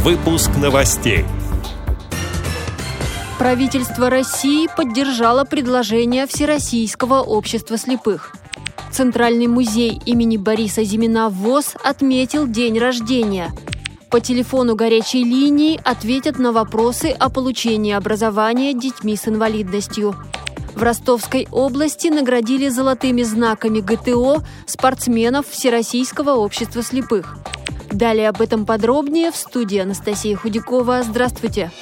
Выпуск новостей. Правительство России поддержало предложение Всероссийского общества слепых. Центральный музей имени Бориса Зимина ВОС отметил день рождения. По телефону горячей линии ответят на вопросы о получении образования детьми с инвалидностью. В Ростовской области наградили золотыми знаками ГТО спортсменов Всероссийского общества слепых. Далее об этом подробнее в студии Анастасия Худякова. Здравствуйте!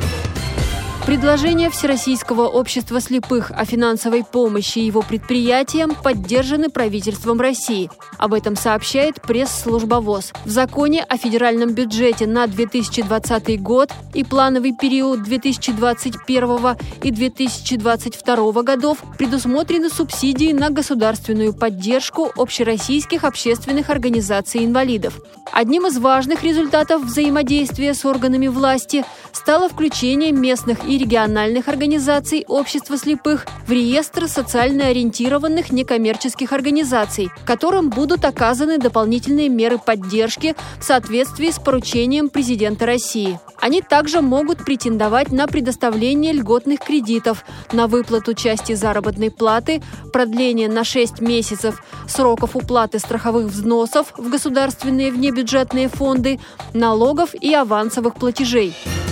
Предложения Всероссийского общества слепых о финансовой помощи его предприятиям поддержаны правительством России. Об этом сообщает пресс-служба ВОС. В законе о федеральном бюджете на 2020 год и плановый период 2021 и 2022 годов предусмотрены субсидии на государственную поддержку общероссийских общественных организаций инвалидов. Одним из важных результатов взаимодействия с органами власти стало включение местных и региональных организаций общества слепых в реестр социально ориентированных некоммерческих организаций, которым будут оказаны дополнительные меры поддержки в соответствии с поручением президента России. Они также могут претендовать на предоставление льготных кредитов, на выплату части заработной платы, продление на 6 месяцев сроков уплаты страховых взносов в государственные внебюджетные фонды, налогов и авансовых платежей.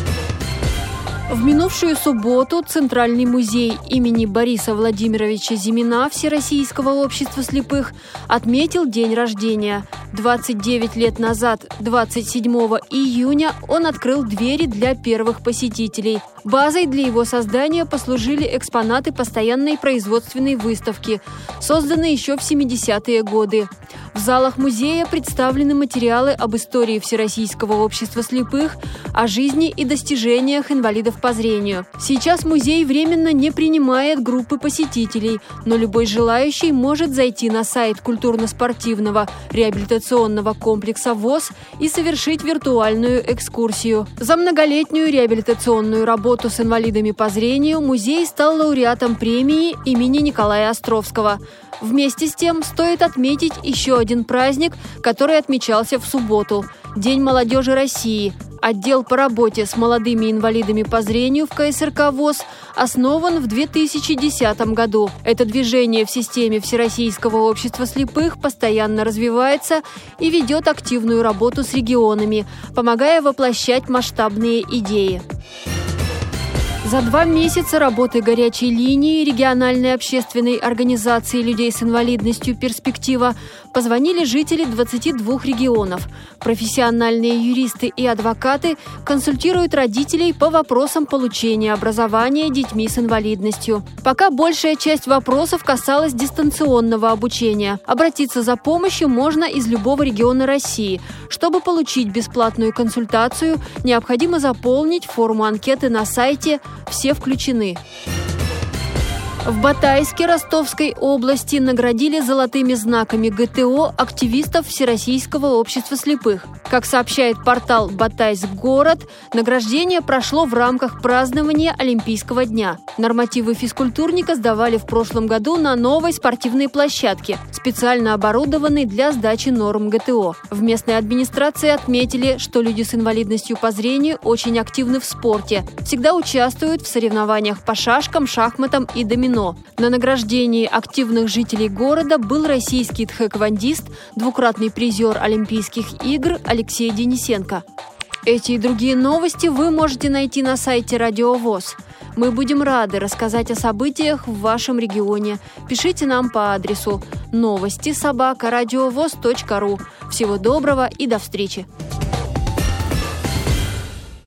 В минувшую субботу Центральный музей имени Бориса Владимировича Зимина Всероссийского общества слепых отметил день рождения. 29 лет назад, 27 июня, он открыл двери для первых посетителей. Базой для его создания послужили экспонаты постоянной производственной выставки, созданные еще в 70-е годы. В залах музея представлены материалы об истории Всероссийского общества слепых, о жизни и достижениях инвалидов по зрению. Сейчас музей временно не принимает группы посетителей, но любой желающий может зайти на сайт культурно-спортивного реабилитационного комплекса ВОС и совершить виртуальную экскурсию. За многолетнюю реабилитационную работу с инвалидами по зрению музей стал лауреатом премии имени Николая Островского. Вместе с тем стоит отметить еще один праздник, который отмечался в субботу – День молодежи России. Отдел по работе с молодыми инвалидами по зрению в КСРК ВОС основан в 2010 году. Это движение в системе Всероссийского общества слепых постоянно развивается и ведет активную работу с регионами, помогая воплощать масштабные идеи. За 2 месяца работы горячей линии региональной общественной организации людей с инвалидностью «Перспектива» позвонили жители 22 регионов. Профессиональные юристы и адвокаты консультируют родителей по вопросам получения образования детьми с инвалидностью. Пока большая часть вопросов касалась дистанционного обучения. Обратиться за помощью можно из любого региона России. Чтобы получить бесплатную консультацию, необходимо заполнить форму анкеты на сайте «Все включены». В Батайске Ростовской области наградили золотыми знаками ГТО активистов Всероссийского общества слепых. Как сообщает портал «Батайск-город», награждение прошло в рамках празднования Олимпийского дня. Нормативы физкультурника сдавали в прошлом году на новой спортивной площадке, специально оборудованной для сдачи норм ГТО. В местной администрации отметили, что люди с инвалидностью по зрению очень активны в спорте, всегда участвуют в соревнованиях по шашкам, шахматам и домино. На награждении активных жителей города был российский тхэквондист, двукратный призер Олимпийских игр Алексей Денисенко. Эти и другие новости вы можете найти на сайте Радио ВОС. Мы будем рады рассказать о событиях в вашем регионе. Пишите нам по адресу новости@радиовос.ру. Всего доброго и до встречи!